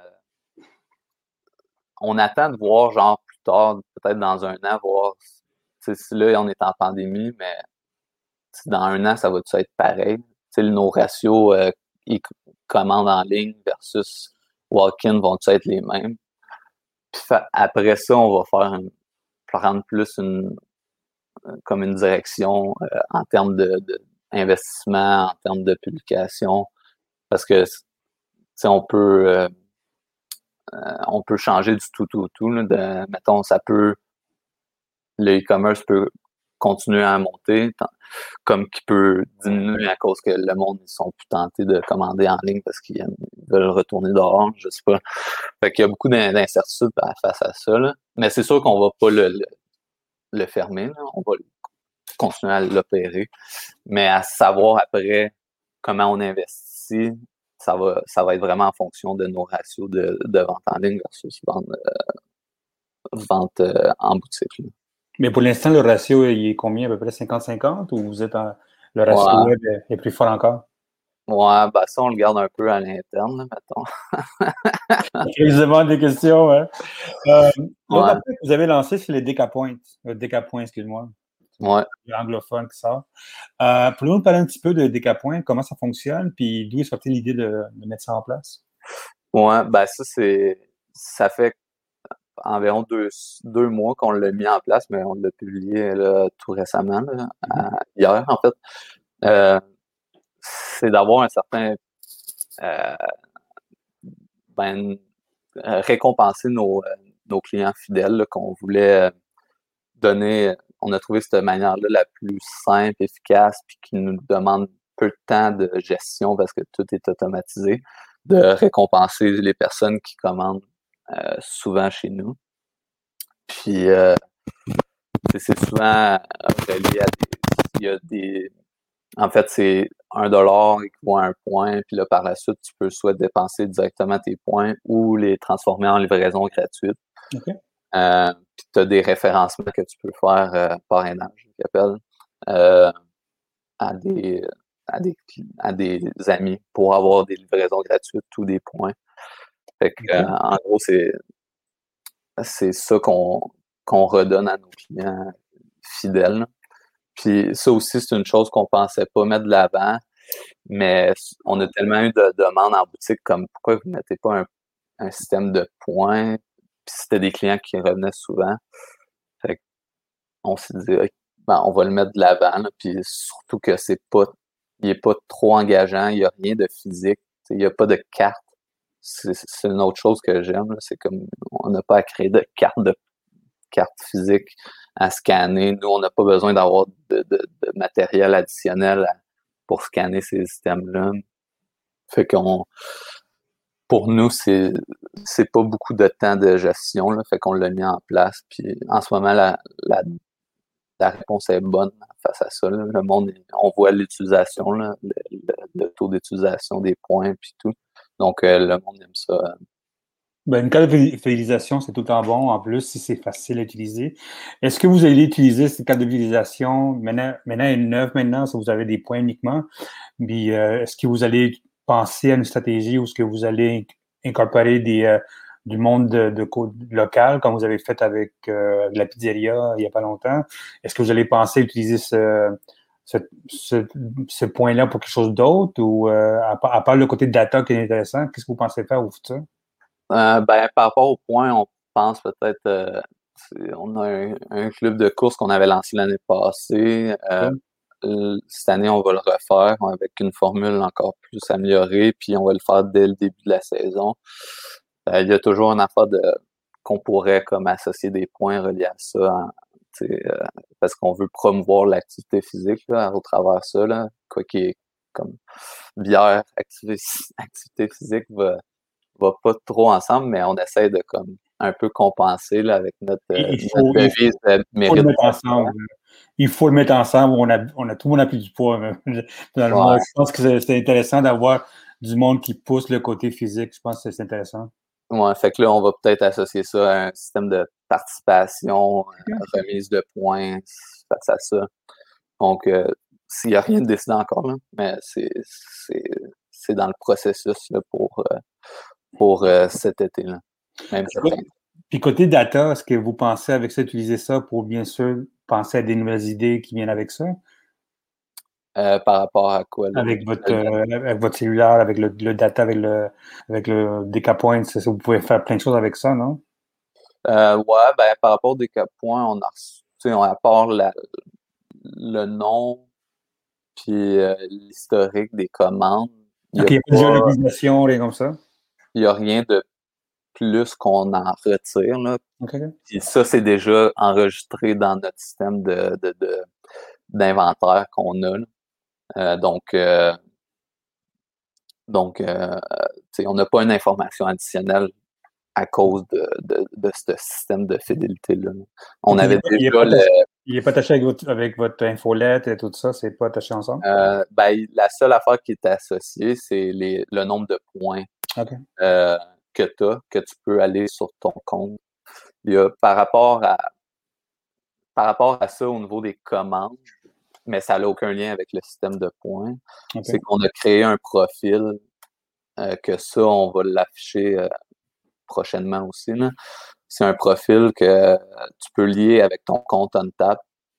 [SPEAKER 2] on attend de voir, genre, plus tard, peut-être dans un an, voir si là, on est en pandémie, mais dans un an, ça va-tu être pareil? T'sais, nos ratios euh, commandes en ligne versus walk-in vont-tu être les mêmes? Puis après ça, on va faire un, prendre plus une comme une direction euh, en termes de, de investissement, en termes de publication, parce que on peut euh, euh, on peut changer du tout tout tout là, de, mettons ça peut le e-commerce peut continuer à monter comme qui peut diminuer à cause que le monde ils sont plus tentés de commander en ligne parce qu'ils veulent retourner dehors, je sais pas. Fait qu'il y a beaucoup d'incertitudes face à ça là. Mais c'est sûr qu'on va pas le, le, le fermer là. On va continuer à l'opérer. Mais à savoir après comment on investit, ça va, ça va être vraiment en fonction de nos ratios de, de vente en ligne versus vente, euh, vente euh, en boutique. Là.
[SPEAKER 1] Mais pour l'instant, le ratio, il est combien? À peu près cinquante cinquante ou vous êtes en, le ratio
[SPEAKER 2] Ouais.
[SPEAKER 1] web est plus fort encore?
[SPEAKER 2] Ouais, ben ça, on le garde un peu à l'interne, là, mettons.
[SPEAKER 1] Je vous demande des questions, hein. Euh, l'autre
[SPEAKER 2] Ouais.
[SPEAKER 1] affaire que vous avez lancé, c'est les Décapoints. Le Décapoint, excuse-moi.
[SPEAKER 2] Ouais.
[SPEAKER 1] Anglophone qui sort. Euh, Pouvez-vous nous parler un petit peu de Décapoint, comment ça fonctionne, puis d'où est sortie l'idée de, de mettre ça en place?
[SPEAKER 2] Ouais, ben ça, c'est. Ça fait environ deux, deux mois qu'on l'a mis en place, mais on l'a publié là, tout récemment, là, mm-hmm. à, hier, en fait. Euh, c'est d'avoir un certain. Euh, ben, récompenser nos, nos clients fidèles là, qu'on voulait donner. On a trouvé cette manière-là la plus simple, efficace, puis qui nous demande peu de temps de gestion parce que tout est automatisé, de récompenser les personnes qui commandent euh, souvent chez nous. Puis, euh, c'est souvent relié à des... Il y a des... En fait, c'est un dollar équivaut à un point, puis là, par la suite, tu peux soit dépenser directement tes points ou les transformer en livraison gratuite.
[SPEAKER 1] Okay.
[SPEAKER 2] Euh, puis tu as des référencements que tu peux faire euh, parrainage, qui appelle, euh, à des à des à des amis pour avoir des livraisons gratuites ou des points. Fait que, okay. euh, en gros, c'est c'est ça qu'on qu'on redonne à nos clients fidèles. Puis ça aussi, c'est une chose qu'on pensait pas mettre de l'avant, mais on a tellement eu de demandes en boutique comme pourquoi vous ne mettez pas un, un système de points. Puis c'était des clients qui revenaient souvent. Fait qu'on s'est dit, okay, ben, on va le mettre de l'avant. Là, puis surtout que c'est pas, il est pas trop engageant, il n'y a rien de physique, il n'y a pas de carte. C'est, c'est une autre chose que j'aime. Là, c'est comme on n'a pas à créer de carte de carte physique à scanner. Nous, on n'a pas besoin d'avoir de, de, de matériel additionnel à, pour scanner ces systèmes-là. Fait qu'on pour nous, c'est c'est pas beaucoup de temps de gestion, là, fait qu'on l'a mis en place. Puis en ce moment, la, la, la réponse est bonne face à ça. Là. Le monde, on voit l'utilisation, là, le, le, le taux d'utilisation des points puis tout. Donc, euh, le monde aime ça.
[SPEAKER 1] Ben, une carte de fidélisation, c'est tout le temps bon. En plus, si c'est facile à utiliser. Est-ce que vous allez utiliser cette carte de fidélisation maintenant, maintenant elle est neuve maintenant, si vous avez des points uniquement? Puis, euh, est-ce que vous allez penser à une stratégie ou est-ce que vous allez incorporer des, euh, du monde de, de, de local, comme vous avez fait avec euh, la pizzeria il n'y a pas longtemps? Est-ce que vous allez penser à utiliser ce, ce, ce, ce point-là pour quelque chose d'autre ou euh, à, à part le côté de data qui est intéressant, qu'est-ce que vous pensez faire au futur?
[SPEAKER 2] Euh, ben, par rapport au point, on pense peut-être, euh, on a un, un, club de course qu'on avait lancé l'année passée. Euh, cette année, on va le refaire avec une formule encore plus améliorée, puis on va le faire dès le début de la saison. Euh, il y a toujours une affaire de qu'on pourrait comme associer des points reliés à ça, hein, euh, parce qu'on veut promouvoir l'activité physique là, au travers ça, là, quoi qui est comme bière, activité, activité physique va va pas trop ensemble, mais on essaie de comme un peu compenser là, avec notre,
[SPEAKER 1] Il
[SPEAKER 2] notre
[SPEAKER 1] faut, il faut,
[SPEAKER 2] devise de
[SPEAKER 1] il faut le
[SPEAKER 2] mérite.
[SPEAKER 1] mettre ensemble. Il faut le mettre ensemble. On a, on a tout le monde a pris du poids. Finalement,
[SPEAKER 2] Ouais.
[SPEAKER 1] je pense que c'est intéressant d'avoir du monde qui pousse le côté physique. Je pense que c'est intéressant.
[SPEAKER 2] Ouais, fait que là, on va peut-être associer ça à un système de participation, remise de points face à ça. Donc, euh, s'il n'y a rien de décidé encore, là, mais c'est, c'est, c'est dans le processus là, pour, euh, pour euh, cet été-là. Même si
[SPEAKER 1] Oui. Puis côté data, est-ce que vous pensez avec ça, utiliser ça pour bien sûr penser à des nouvelles idées qui viennent avec ça?
[SPEAKER 2] Euh, par rapport à quoi? Là?
[SPEAKER 1] Avec votre, euh, avec votre cellulaire, avec le, le data, avec le, avec le DataPoint, ça, vous pouvez faire plein de choses avec ça, non?
[SPEAKER 2] Euh, ouais, ben, par rapport aux déca points, on a reçu, tu sais, on à part la, le nom puis euh, l'historique des commandes, il n'y
[SPEAKER 1] OK,
[SPEAKER 2] a
[SPEAKER 1] il n'y a pas de
[SPEAKER 2] pas,
[SPEAKER 1] géolocalisation, rien comme ça?
[SPEAKER 2] il y a rien de plus qu'on en retire, là.
[SPEAKER 1] OK.
[SPEAKER 2] Puis ça, c'est déjà enregistré dans notre système de, de, de d'inventaire qu'on a, là. Euh, donc, euh, donc euh, tu sais, on n'a pas une information additionnelle à cause de, de, de ce système de fidélité-là. On
[SPEAKER 1] OK, il
[SPEAKER 2] avait
[SPEAKER 1] n'est
[SPEAKER 2] déjà
[SPEAKER 1] pas,
[SPEAKER 2] le,
[SPEAKER 1] attaché, il est pas attaché avec votre, avec votre infolette et tout ça, c'est pas attaché ensemble?
[SPEAKER 2] euh, ben, la seule affaire qui est associée, c'est les, le nombre de points
[SPEAKER 1] OK.
[SPEAKER 2] euh, que tu as, que tu peux aller sur ton compte. Il y a par rapport à par rapport à ça au niveau des commandes, mais ça n'a aucun lien avec le système de points.
[SPEAKER 1] OK.
[SPEAKER 2] C'est qu'on a créé un profil euh, que ça, on va l'afficher euh, prochainement aussi. Là. C'est un profil que tu peux lier avec ton compte OnTap.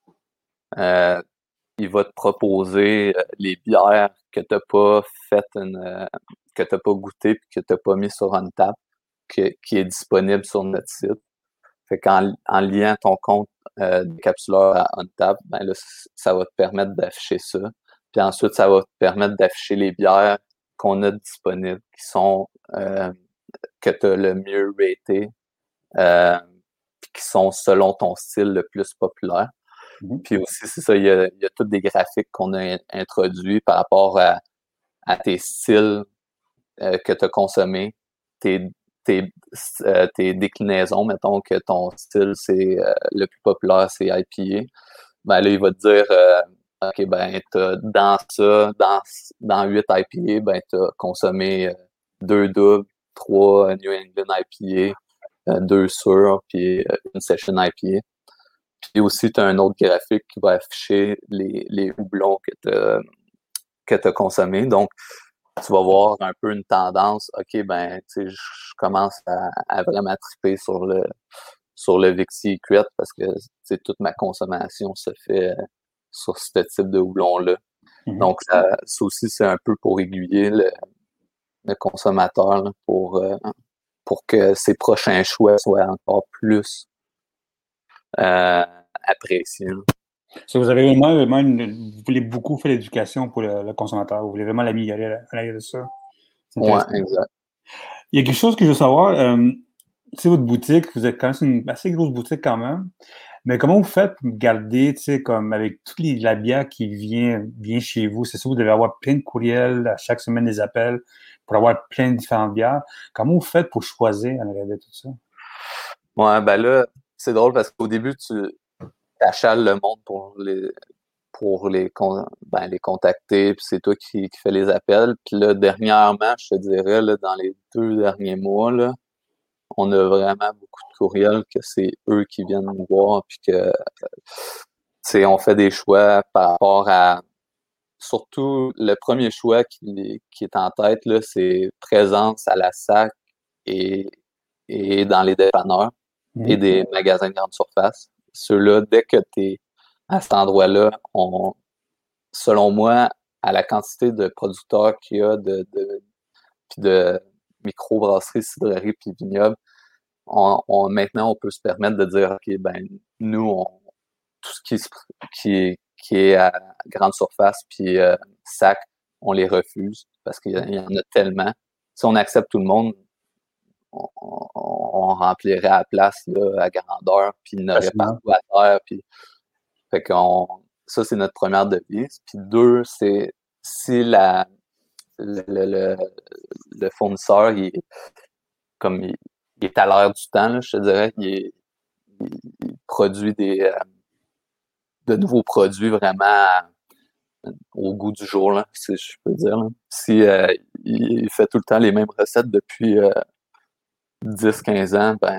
[SPEAKER 2] Euh, il va te proposer euh, les bières que tu n'as pas fait une, euh, que tu n'as pas goûté et que tu n'as pas mis sur OnTap, que, qui est disponible sur notre site. Fait qu'en en liant ton compte euh, décapsuleur à OnTap, ben là, ça va te permettre d'afficher ça. Puis ensuite, ça va te permettre d'afficher les bières qu'on a disponibles, qui sont euh, que tu as le mieux raté, euh, puis qui sont selon ton style le plus populaire.
[SPEAKER 1] Mm-hmm.
[SPEAKER 2] Puis aussi, c'est ça, il y a, il y a tous des graphiques qu'on a introduits par rapport à, à tes styles euh, que tu as consommés, tes, tes, euh, tes déclinaisons, mettons que ton style, c'est euh, le plus populaire, c'est I P A. Ben là, il va te dire euh, OK, ben t'as, dans ça, dans, dans huit I P A, ben t'as consommé euh, deux doubles, trois New England I P A, euh, deux sûrs, puis euh, une session I P A. Puis aussi, tu as un autre graphique qui va afficher les, les houblons que tu as que tu as consommés. Donc, tu vas voir un peu une tendance. OK, ben, tu sais, je commence à, à vraiment triper sur le sur le Vixie Cuette parce que toute ma consommation se fait euh, sur ce type de houblon-là.
[SPEAKER 1] Mm-hmm.
[SPEAKER 2] Donc, ça, ça aussi, c'est un peu pour aiguiller le, le consommateur là, pour, euh, pour que ses prochains choix soient encore plus euh, appréciés.
[SPEAKER 1] Si vous avez vraiment, vraiment une, vous voulez beaucoup faire l'éducation pour le, le consommateur, vous voulez vraiment l'améliorer à l'arrière de ça.
[SPEAKER 2] Ouais, exact.
[SPEAKER 1] Il y a quelque chose que je veux savoir. Euh, c'est votre boutique, vous êtes quand même une assez grosse boutique quand même. Mais comment vous faites pour garder, tu sais, comme avec toute les, la bière qui vient, vient chez vous, c'est sûr, vous devez avoir plein de courriels, à chaque semaine des appels pour avoir plein de différentes bières. Comment vous faites pour choisir en arrière de tout ça?
[SPEAKER 2] Ouais, ben là, c'est drôle parce qu'au début, tu achales le monde pour les pour les, con, ben, les contacter, puis c'est toi qui, qui fais les appels. Puis là, dernièrement, je te dirais, là, dans les deux derniers mois, là, on a vraiment beaucoup de courriels que c'est eux qui viennent nous voir, puis que, tu sais, on fait des choix par rapport à, surtout, le premier choix qui, qui est en tête, là, c'est présence à la S A C et, et dans les dépanneurs
[SPEAKER 1] Mmh.
[SPEAKER 2] et des magasins de grande surface. Ceux-là, dès que tu es à cet endroit-là, on, selon moi, à la quantité de producteurs qu'il y a, de, de, puis de microbrasseries, cidreries puis vignobles, on, on, maintenant, on peut se permettre de dire, OK, ben, nous, on, tout ce qui, qui, qui est à grande surface puis euh, sac, on les refuse parce qu'il y, y en a tellement. Si on accepte tout le monde, on, on, on remplirait à la place là, à grandeur, puis il y en aurait partout à terre. Puis, fait qu'on, ça, c'est notre première devise. Puis deux, c'est si la, le, le, le fournisseur, il est, comme il, il est à l'heure du temps, là, je te dirais, il, est, il, il produit des, euh, de nouveaux produits vraiment au goût du jour, là, si je peux dire. Là. Si euh, il fait tout le temps les mêmes recettes depuis euh, dix à quinze ans, ben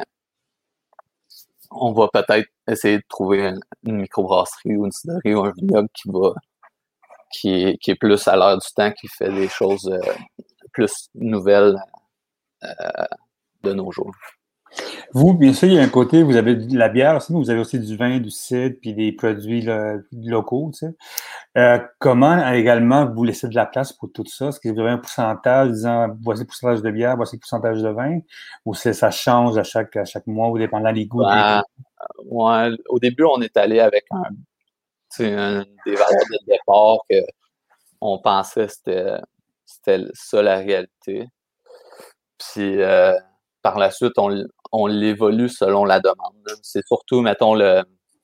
[SPEAKER 2] on va peut-être essayer de trouver une, une microbrasserie ou une cidrerie ou un vignoble qui va qui est, qui est plus à l'heure du temps, qui fait des choses euh, plus nouvelles euh, de nos jours.
[SPEAKER 1] Vous, bien sûr, il y a un côté, vous avez de la bière aussi, mais vous avez aussi du vin, du cidre, puis des produits là, locaux, tu sais. Euh, comment également vous laissez de la place pour tout ça? Est-ce que vous avez un pourcentage disant voici le pourcentage de bière, voici le pourcentage de vin? Ou c'est, ça change à chaque, à chaque mois ou dépendant des goûts?
[SPEAKER 2] Ben, des... ouais, au début, on est allé avec un, un des valeurs de départ que on pensait que c'était, c'était ça la réalité. Puis euh, par la suite, on, on l'évolue selon la demande. C'est surtout, mettons, le,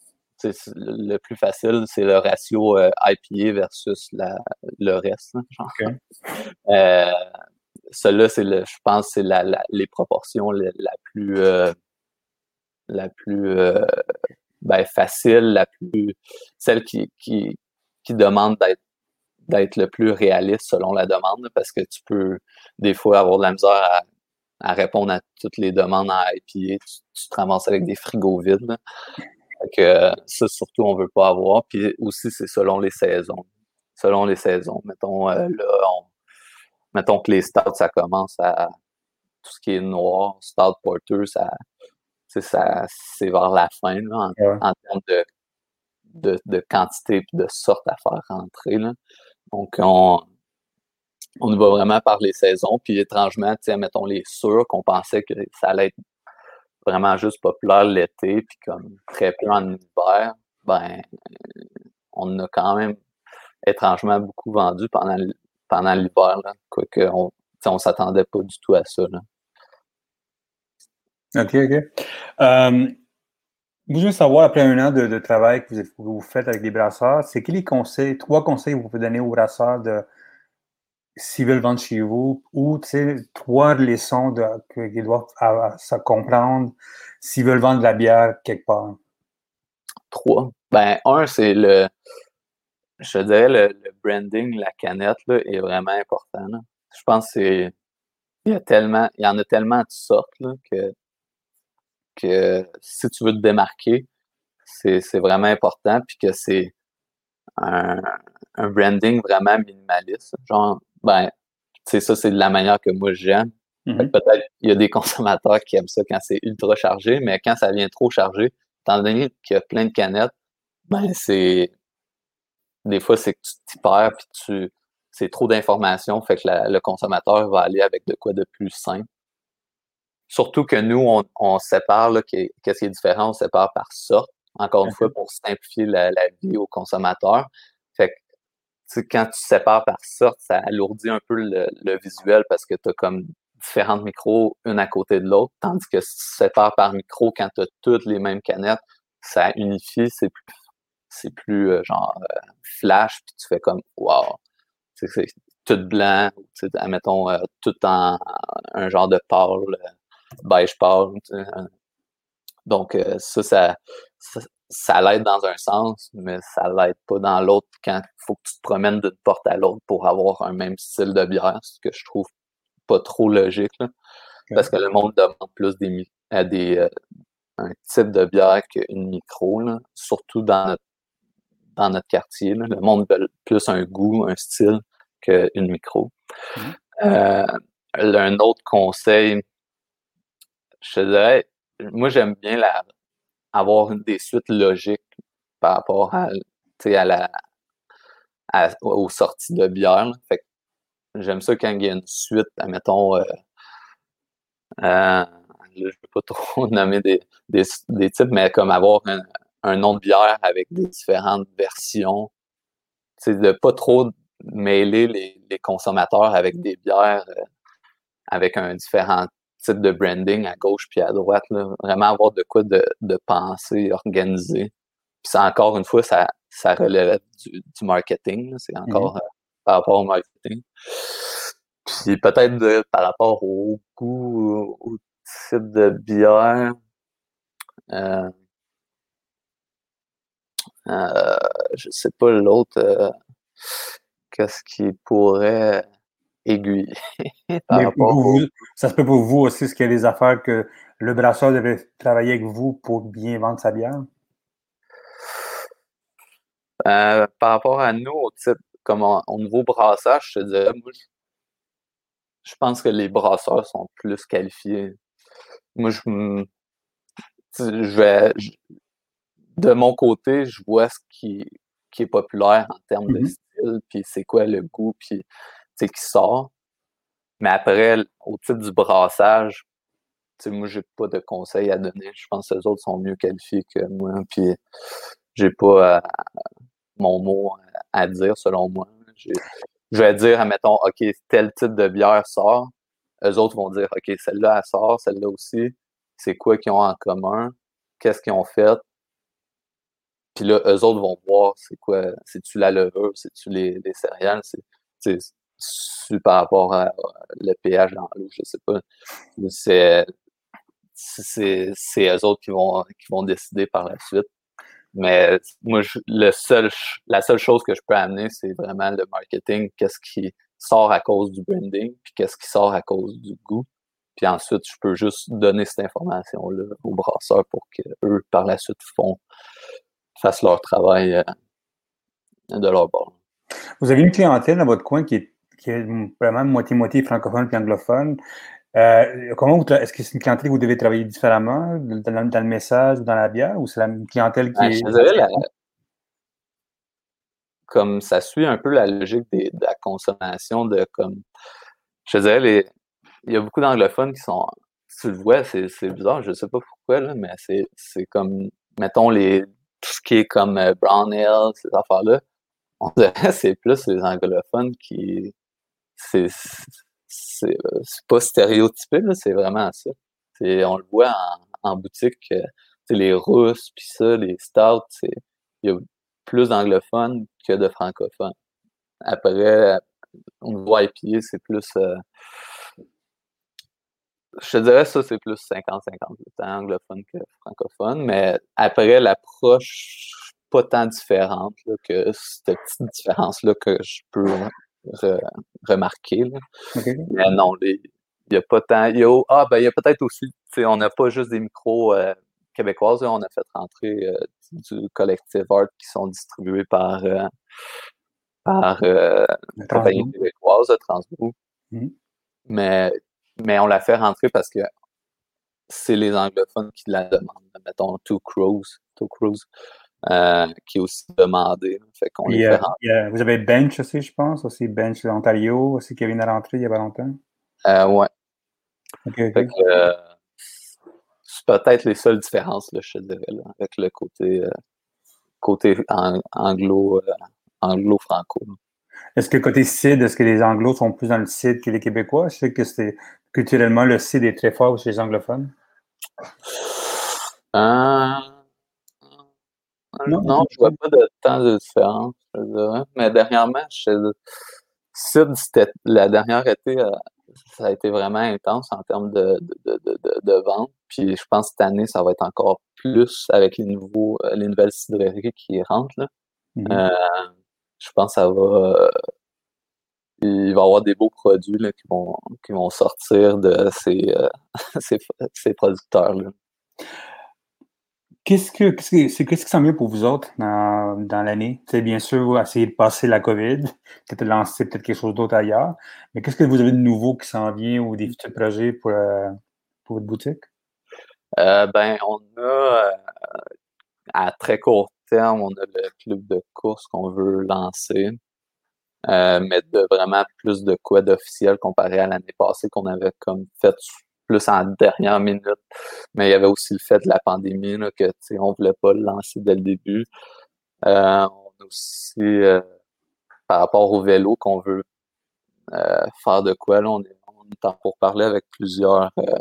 [SPEAKER 2] le plus facile, c'est le ratio euh, I P A versus la, le reste. Genre. Okay. Euh, Celui-là, c'est le, je pense, c'est la, la, les proportions la, la plus, euh, la plus euh, ben, facile, la plus, celle qui, qui, qui demande d'être d'être le plus réaliste selon la demande, parce que tu peux des fois avoir de la misère à, à répondre à toutes les demandes en I P A. Tu, tu te ramasses avec des frigos vides. Là. Fait que ça, surtout, on veut pas avoir. Puis aussi, c'est selon les saisons. Selon les saisons. Mettons, euh, là, on, mettons que les stouts, ça commence à tout ce qui est noir, stout porter, ça, ça c'est vers la fin, là, en, ouais. en termes de, de, de quantité et de sorte à faire rentrer. Là. Donc, on, on y va vraiment par les saisons. Puis étrangement, tiens, mettons les sûrs qu'on pensait que ça allait être vraiment juste populaire l'été, puis comme très peu en hiver, ben, on a quand même étrangement beaucoup vendu pendant, pendant l'hiver, là. Quoique, on, on s'attendait pas du tout à ça, là.
[SPEAKER 1] OK, OK. Euh, je veux savoir, après un an de, de travail que vous, que vous faites avec des brasseurs, c'est quels les conseils, trois conseils que vous pouvez donner aux brasseurs de s'ils veulent vendre chez vous, ou, tu sais, trois leçons de, qu'ils doivent à, à, à comprendre s'ils veulent vendre de la bière quelque part?
[SPEAKER 2] Trois. Ben, un, c'est le, je dirais, le, le branding, la canette, là, est vraiment important, là. Je pense que c'est, il y a tellement, il y en a tellement de sortes, là, que, que si tu veux te démarquer, c'est, c'est vraiment important, puis que c'est un, un branding vraiment minimaliste. Genre, ben, tu sais, ça, c'est de la manière que moi j'aime. Mm-hmm. Peut-être il y a des consommateurs qui aiment ça quand c'est ultra chargé, mais quand ça vient trop chargé, étant donné qu'il y a plein de canettes, ben c'est des fois c'est que tu t'y perds puis tu c'est trop d'informations, fait que la, le consommateur va aller avec de quoi de plus simple. Surtout que nous, on, on sépare, là, qu'est-ce qui est différent, on sépare par sorte, encore une mm-hmm. fois, pour simplifier la, la vie au consommateur. Fait que tu sais, quand tu sépares par sorte, ça alourdit un peu le, le visuel parce que tu as comme différentes micros, une à côté de l'autre, tandis que si tu sépares par micro, quand tu as toutes les mêmes canettes, ça unifie, c'est plus, c'est plus euh, genre euh, flash, puis tu fais comme wow, c'est, c'est tout blanc, tu sais, admettons euh, tout en un genre de pâle, beige pâle. Tu sais, donc euh, ça, ça, ça ça l'aide dans un sens, mais ça l'aide pas dans l'autre quand il faut que tu te promènes d'une porte à l'autre pour avoir un même style de bière, ce que je trouve pas trop logique, là.
[SPEAKER 1] Okay.
[SPEAKER 2] Parce que le monde demande plus des, à des euh, un type de bière qu'une micro, là, surtout dans notre, dans notre quartier. Là. Le monde veut plus un goût, un style qu'une micro. Mm. Euh, un autre conseil, je te dirais, moi j'aime bien la, avoir des suites logiques par rapport à, à la à, aux sorties de bière. Là. Fait que j'aime ça quand il y a une suite, admettons, euh, euh, là, je ne veux pas trop nommer des, des, des types, mais comme avoir un, un nom de bière avec des différentes versions. C'est de pas trop mêler les, les consommateurs avec des bières euh, avec un différent type de branding à gauche puis à droite. Là. Vraiment avoir de quoi de, de penser, organiser. Puis ça, encore une fois, ça, ça relève du, du marketing. Là. C'est encore mm-hmm. euh, par rapport au marketing. Puis peut-être de, par rapport au goût, au, au type de bière. Euh, euh, je sais pas l'autre. Euh, qu'est-ce qui pourrait aiguiller par
[SPEAKER 1] Mais
[SPEAKER 2] rapport
[SPEAKER 1] vous,
[SPEAKER 2] au...
[SPEAKER 1] vous, ça se peut pour vous aussi, ce qu'il y a des affaires que le brasseur devait travailler avec vous pour bien vendre sa bière?
[SPEAKER 2] Euh, par rapport à nous, au type, comme on, au niveau brassage, je te dirais, moi, je, je pense que les brasseurs sont plus qualifiés. Moi, je, je vais, je, de mon côté, je vois ce qui, qui est populaire en termes mm-hmm. de style, puis c'est quoi le goût, puis tu sais, qui sort. Mais après, au type du brassage, tu sais, moi, j'ai pas de conseils à donner. Je pense que les autres sont mieux qualifiés que moi, puis j'ai pas euh, mon mot à dire, selon moi. J'ai, je vais dire, admettons, OK, tel type de bière sort. Eux autres vont dire, OK, celle-là, elle sort, celle-là aussi. C'est quoi qu'ils ont en commun? Qu'est-ce qu'ils ont fait? Puis là, eux autres vont voir, c'est quoi? C'est-tu la levure? C'est-tu les, les céréales? C'est, c'est, c'est par rapport à, à le pH dans l'eau, je sais pas. C'est, c'est, c'est eux autres qui vont, qui vont décider par la suite. Mais moi, je, le seul, la seule chose que je peux amener, c'est vraiment le marketing. Qu'est-ce qui sort à cause du branding, puis qu'est-ce qui sort à cause du goût. Puis ensuite, je peux juste donner cette information-là aux brasseurs pour qu'eux, par la suite, font, fassent leur travail euh, de leur bord.
[SPEAKER 1] Vous avez une clientèle dans votre coin qui est, qui est vraiment moitié-moitié francophone puis anglophone. Euh, comment vous, est-ce que c'est une clientèle que vous devez travailler différemment dans, dans le message ou dans la bière, ou c'est la clientèle qui
[SPEAKER 2] ouais,
[SPEAKER 1] est...
[SPEAKER 2] Je dirais, la, comme ça suit un peu la logique des, de la consommation de comme, je dirais, les, il y a beaucoup d'anglophones qui sont, tu le vois, c'est, c'est bizarre, je sais pas pourquoi, là, mais c'est, c'est comme, mettons, les, tout ce qui est comme euh, Brown Ale, ces affaires-là, on dirait c'est plus les anglophones qui, c'est, c'est, c'est pas stéréotypé, là, c'est vraiment ça. C'est, on le voit en, en boutique, euh, les rousses, puis ça, les stouts, c'est, il y a plus d'anglophones que de francophones. Après, au niveau I P A, c'est plus... Euh, je te dirais ça, c'est plus cinquante cinquante, anglophone que francophone, mais après, l'approche pas tant différente là, que cette petite différence-là que je peux re- remarquer. Là. Okay. Mais non, il n'y a pas tant... Y a, ah, ben, il y a peut-être aussi, on n'a pas juste des micros euh, québécoises, là, on a fait rentrer euh, du collective art qui sont distribués par... Euh, par euh, la compagnie québécoise de Transbrou. Mm-hmm. Mais, mais on l'a fait rentrer parce que c'est les anglophones qui la demandent. Mettons, Two Crows, Two Crows euh, qui est aussi demandé. Fait qu'on
[SPEAKER 1] Puis,
[SPEAKER 2] les
[SPEAKER 1] euh,
[SPEAKER 2] fait rentrer.
[SPEAKER 1] Euh, vous avez Bench aussi, je pense, aussi Bench d'Ontario, aussi qui vient de rentrer il y a pas longtemps.
[SPEAKER 2] Euh, ouais.
[SPEAKER 1] Okay, okay.
[SPEAKER 2] Fait que, euh, c'est peut-être les seules différences, là, je te dirais, là, avec le côté, euh, côté ang- anglo, euh, anglo-franco.
[SPEAKER 1] Est-ce que côté C I D, est-ce que les Anglos sont plus dans le C I D que les Québécois? Je sais que c'est culturellement, le C I D est très fort chez les anglophones.
[SPEAKER 2] Euh, non, non, je vois pas de tant de différence, je dirais. Mais dernièrement, je, C I D, c'était la dernière été, euh, ça a été vraiment intense en termes de, de, de, de, de vente. Puis je pense que cette année, ça va être encore plus avec les nouveaux, les nouvelles cidreries qui rentrent. Là. Mm-hmm. Euh, je pense que ça va. il va y avoir des beaux produits là, qui, vont, qui vont sortir de ces, euh, ces, ces producteurs-là.
[SPEAKER 1] Qu'est-ce que qu'est-ce que c'est qu'est-ce qui s'en vient pour vous autres dans, dans l'année? Tu sais, bien sûr, vous essayez de passer la COVID, peut-être lancer peut-être quelque chose d'autre ailleurs. Mais qu'est-ce que vous avez de nouveau qui s'en vient ou des futurs projets pour, euh, pour votre boutique?
[SPEAKER 2] Euh, ben, on a euh, à très court terme, on a le club de course qu'on veut lancer. Euh, mais de vraiment plus de quoi d'officiel comparé à l'année passée qu'on avait comme fait plus en dernière minute. Mais il y avait aussi le fait de la pandémie, là, que on voulait pas le lancer dès le début. Euh, on a aussi euh, par rapport au vélo qu'on veut euh, faire de quoi, là, on est, on est en pour parler avec plusieurs euh,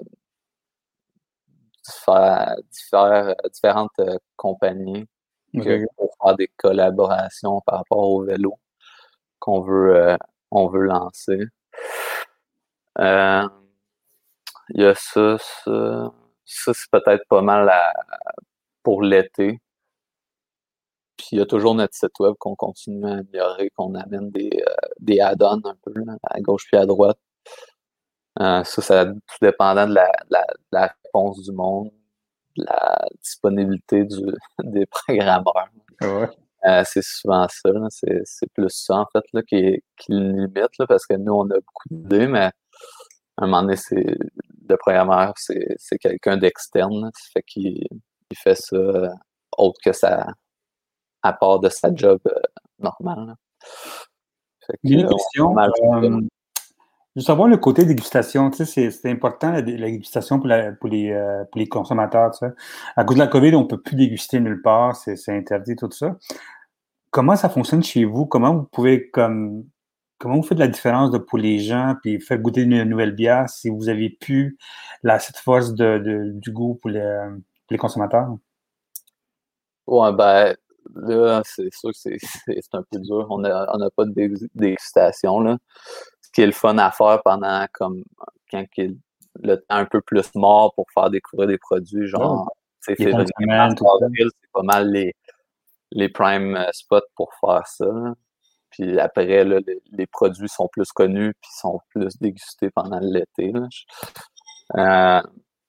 [SPEAKER 2] diffère, diffère, différentes euh, compagnies
[SPEAKER 1] Okay.
[SPEAKER 2] que, pour faire des collaborations par rapport au vélo qu'on veut euh, on veut lancer. Euh, il y a ça, ça, ça c'est peut-être pas mal à, pour l'été. Puis il y a toujours notre site web qu'on continue à améliorer, qu'on amène des, euh, des add-ons un peu là, à gauche puis à droite. Euh, ça, ça tout dépendant de la, de la, de la réponse du monde, de la disponibilité du, des programmeurs.
[SPEAKER 1] Ouais.
[SPEAKER 2] Euh, c'est souvent ça, là. C'est, c'est plus ça en fait là, qui, qui limite là, parce que nous, on a beaucoup d'idées, mais à un moment donné, c'est le programmeur, c'est, c'est quelqu'un d'externe. Là. Ça fait qu'il il fait ça euh, autre que ça, à part de sa job euh, normale. Là. Fait que,
[SPEAKER 1] Une
[SPEAKER 2] euh,
[SPEAKER 1] question.
[SPEAKER 2] on ajoute ça.
[SPEAKER 1] Euh, je veux savoir le côté dégustation. Tu sais, c'est, c'est important la, la dégustation pour, la, pour, les, euh, pour les consommateurs. Tu sais. À cause de la COVID, on ne peut plus déguster nulle part. C'est, c'est interdit, tout ça. Comment ça fonctionne chez vous? Comment vous pouvez comme comment vous faites la différence de, pour les gens puis faire goûter une nouvelle bière si vous avez plus la, cette force de, de, du goût pour les, pour les consommateurs?
[SPEAKER 2] Ouais, ben, là, c'est sûr que c'est, c'est, c'est un peu dur. On n'a on a pas de dégustation, là. Ce qui est le fun à faire pendant, comme, quand il, le temps un peu plus mort pour faire découvrir des produits, genre,
[SPEAKER 1] Oh.
[SPEAKER 2] tu sais,
[SPEAKER 1] Les fins de
[SPEAKER 2] février,
[SPEAKER 1] semaine,
[SPEAKER 2] mars,
[SPEAKER 1] tout ça.
[SPEAKER 2] avril, c'est pas mal les, les prime spots pour faire ça, là. Puis après, là, les, les produits sont plus connus puis sont plus dégustés pendant l'été, là. Euh,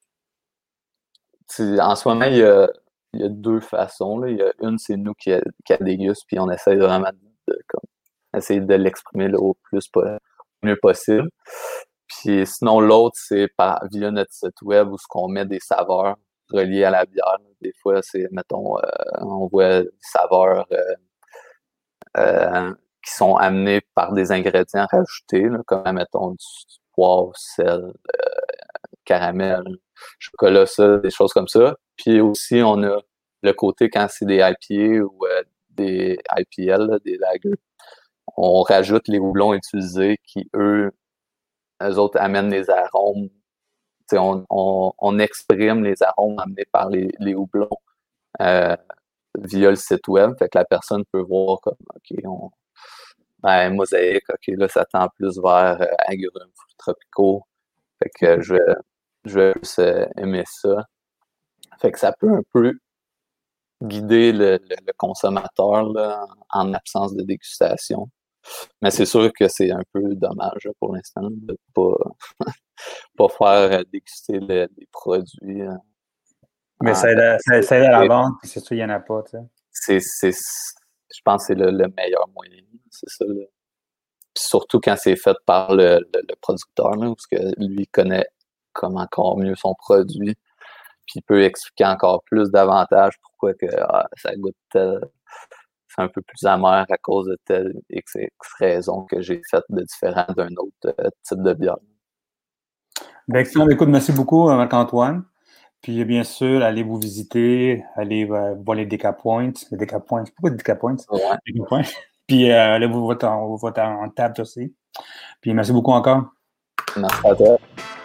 [SPEAKER 2] en ce moment, il y a, il y a deux façons, là. Il y a une, c'est nous qui, qui la déguste, puis on essaie vraiment de, comme, essayer de l'exprimer là, au plus au mieux possible. Puis sinon, l'autre, c'est par via notre site web où ce qu'on met des saveurs reliées à la bière. Des fois, c'est, mettons, euh, on voit des saveurs euh, euh, qui sont amenées par des ingrédients rajoutés, là, comme, mettons, du poivre, sel, euh, caramel, chocolat, ça, des choses comme ça. Puis aussi, on a le côté quand c'est des I P A ou euh, des I P L, là, des lagers, on rajoute les houblons utilisés qui, eux, eux autres amènent les arômes. On, on, on exprime les arômes amenés par les, les houblons euh, via le site web. Fait que la personne peut voir comme, OK, on, ben, mosaïque, OK, là, ça tend plus vers euh, agrumes tropicaux. Fait que je vais, je vais plus euh, aimer ça. Fait que ça peut un peu guider le, le, le consommateur là, en absence de dégustation. Mais c'est sûr que c'est un peu dommage là, pour l'instant de pas, pas faire déguster le, les produits. Euh,
[SPEAKER 1] Mais ça aide, à, ça, ça aide à la vente, puis c'est sûr, il n'y en a pas. Tu sais.
[SPEAKER 2] c'est, c'est, je pense que c'est le, le meilleur moyen. C'est ça. Là. Puis surtout quand c'est fait par le, le, le producteur, là, parce que lui connaît comme encore mieux son produit. Puis il peut expliquer encore plus davantage pourquoi que ah, ça goûte tel, c'est un peu plus amer à cause de telle X, X raison que j'ai faite de différent d'un autre euh, type de bière.
[SPEAKER 1] Ben, excellent. Écoute, merci beaucoup, Marc-Antoine. Puis bien sûr, allez vous visiter, allez euh, voir les Decapoints. Les Decapoints. Pourquoi Decapoints?
[SPEAKER 2] Ouais.
[SPEAKER 1] Decapoints. Puis euh, allez vous voter en, en table aussi. Puis merci beaucoup encore.
[SPEAKER 2] Merci à toi.